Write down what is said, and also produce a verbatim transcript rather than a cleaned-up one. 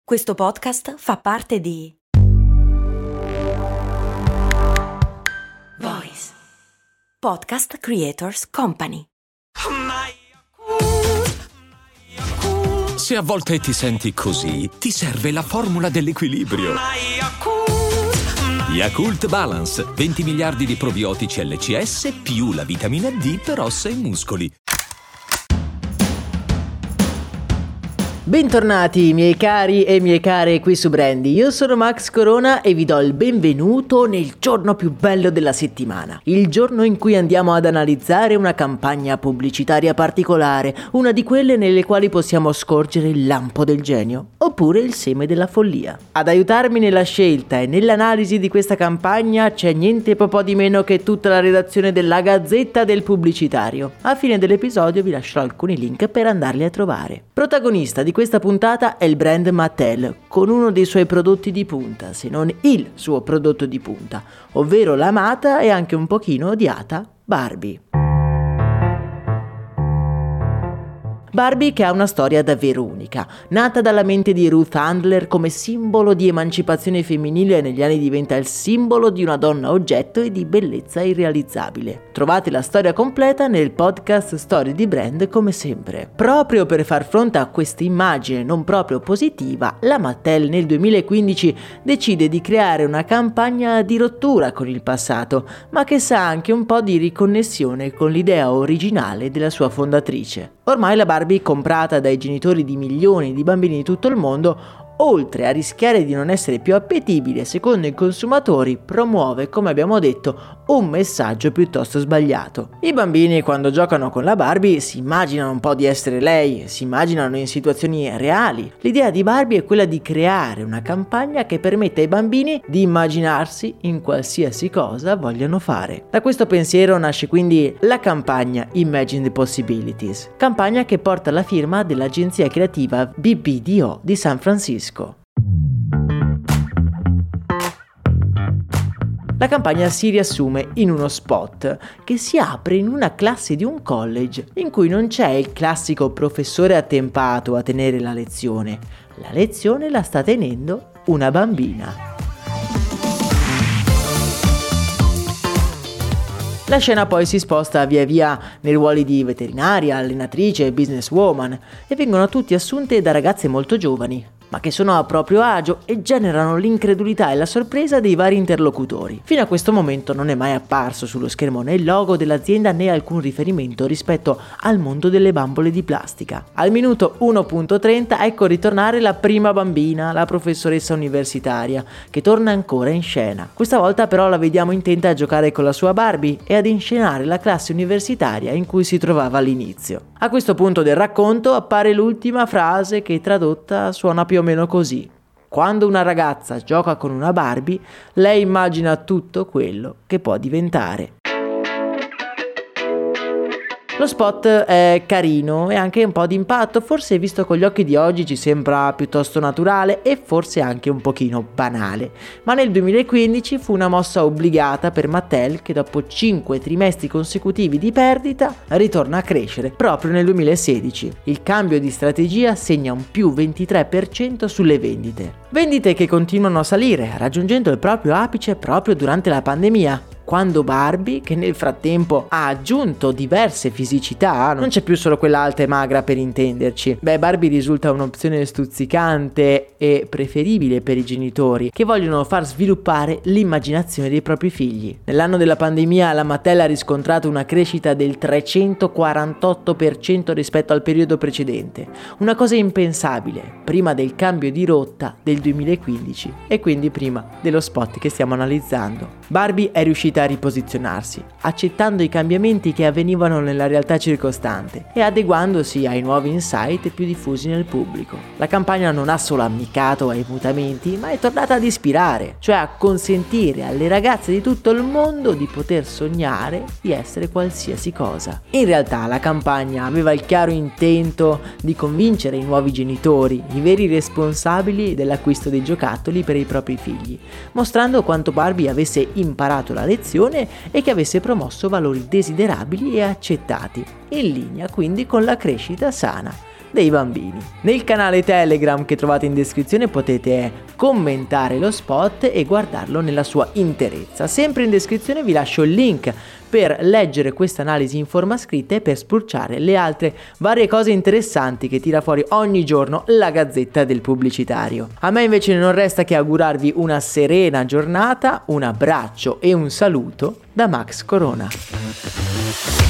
Questo podcast fa parte di Voice Podcast Creators Company. Se a volte ti senti così, ti serve la formula dell'equilibrio. Yakult Balance, venti miliardi di probiotici L C S più la vitamina D per ossa e muscoli. Bentornati miei cari e mie care qui su Brandy, io sono Max Corona e vi do il benvenuto nel giorno più bello della settimana, il giorno in cui andiamo ad analizzare una campagna pubblicitaria particolare, una di quelle nelle quali possiamo scorgere il lampo del genio, oppure il seme della follia. Ad aiutarmi nella scelta e nell'analisi di questa campagna c'è niente po' di meno che tutta la redazione della Gazzetta del Pubblicitario. A fine dell'episodio vi lascerò alcuni link per andarli a trovare. Protagonista di questa puntata è il brand Mattel, con uno dei suoi prodotti di punta, se non il suo prodotto di punta, ovvero l'amata e anche un pochino odiata Barbie. Barbie che ha una storia davvero unica. Nata dalla mente di Ruth Handler come simbolo di emancipazione femminile, negli anni diventa il simbolo di una donna oggetto e di bellezza irrealizzabile. Trovate la storia completa nel podcast Storie di Brand come sempre. Proprio per far fronte a questa immagine non proprio positiva, la Mattel nel duemilaquindici decide di creare una campagna di rottura con il passato, ma che sa anche un po' di riconnessione con l'idea originale della sua fondatrice. Ormai la Barbie, comprata dai genitori di milioni di bambini di tutto il mondo, oltre a rischiare di non essere più appetibile secondo i consumatori, promuove, come abbiamo detto, un messaggio piuttosto sbagliato. I bambini, quando giocano con la Barbie, si immaginano un po' di essere lei, si immaginano in situazioni reali. L'idea di Barbie è quella di creare una campagna che permette ai bambini di immaginarsi in qualsiasi cosa vogliano fare. Da questo pensiero nasce quindi la campagna Imagine the Possibilities, campagna che porta la firma dell'agenzia creativa B B D O di San Francisco. La campagna si riassume in uno spot che si apre in una classe di un college in cui non c'è il classico professore attempato a tenere la lezione. La lezione la sta tenendo una bambina. La scena poi si sposta via via nei ruoli di veterinaria, allenatrice e businesswoman e vengono tutti assunte da ragazze molto giovani, ma che sono a proprio agio e generano l'incredulità e la sorpresa dei vari interlocutori. Fino a questo momento non è mai apparso sullo schermo né il logo dell'azienda né alcun riferimento rispetto al mondo delle bambole di plastica. Al minuto uno punto trenta ecco ritornare la prima bambina, la professoressa universitaria, che torna ancora in scena. Questa volta però la vediamo intenta a giocare con la sua Barbie e ad inscenare la classe universitaria in cui si trovava all'inizio. A questo punto del racconto appare l'ultima frase che tradotta suona più o meno così: quando una ragazza gioca con una Barbie, lei immagina tutto quello che può diventare. Lo spot è carino e anche un po' di impatto, forse visto con gli occhi di oggi ci sembra piuttosto naturale e forse anche un pochino banale, ma nel duemilaquindici fu una mossa obbligata per Mattel che dopo cinque trimestri consecutivi di perdita ritorna a crescere proprio nel duemilasedici. Il cambio di strategia segna un più ventitré per cento sulle vendite. Vendite che continuano a salire, raggiungendo il proprio apice proprio durante la pandemia, quando Barbie, che nel frattempo ha aggiunto diverse fisicità, non c'è più solo quella alta e magra per intenderci. Beh, Barbie risulta un'opzione stuzzicante e preferibile per i genitori che vogliono far sviluppare l'immaginazione dei propri figli. Nell'anno della pandemia la Mattel ha riscontrato una crescita del trecentoquarantotto per cento rispetto al periodo precedente, una cosa impensabile prima del cambio di rotta del duemilaquindici e quindi prima dello spot che stiamo analizzando. Barbie è riuscita a riposizionarsi, accettando i cambiamenti che avvenivano nella realtà circostante e adeguandosi ai nuovi insight più diffusi nel pubblico. La campagna non ha solo amicato ai mutamenti, ma è tornata ad ispirare, cioè a consentire alle ragazze di tutto il mondo di poter sognare di essere qualsiasi cosa. In realtà la campagna aveva il chiaro intento di convincere i nuovi genitori, i veri responsabili dell'acquisto dei giocattoli per i propri figli, mostrando quanto Barbie avesse imparato la lezione e che avesse promosso valori desiderabili e accettati, in linea quindi con la crescita sana. dei bambini. Nel canale Telegram che trovate in descrizione potete commentare lo spot e guardarlo nella sua interezza. Sempre in descrizione vi lascio il link per leggere questa analisi in forma scritta e per spulciare le altre varie cose interessanti che tira fuori ogni giorno la Gazzetta del Pubblicitario. A me invece non resta che augurarvi una serena giornata, un abbraccio e un saluto da Max Corona.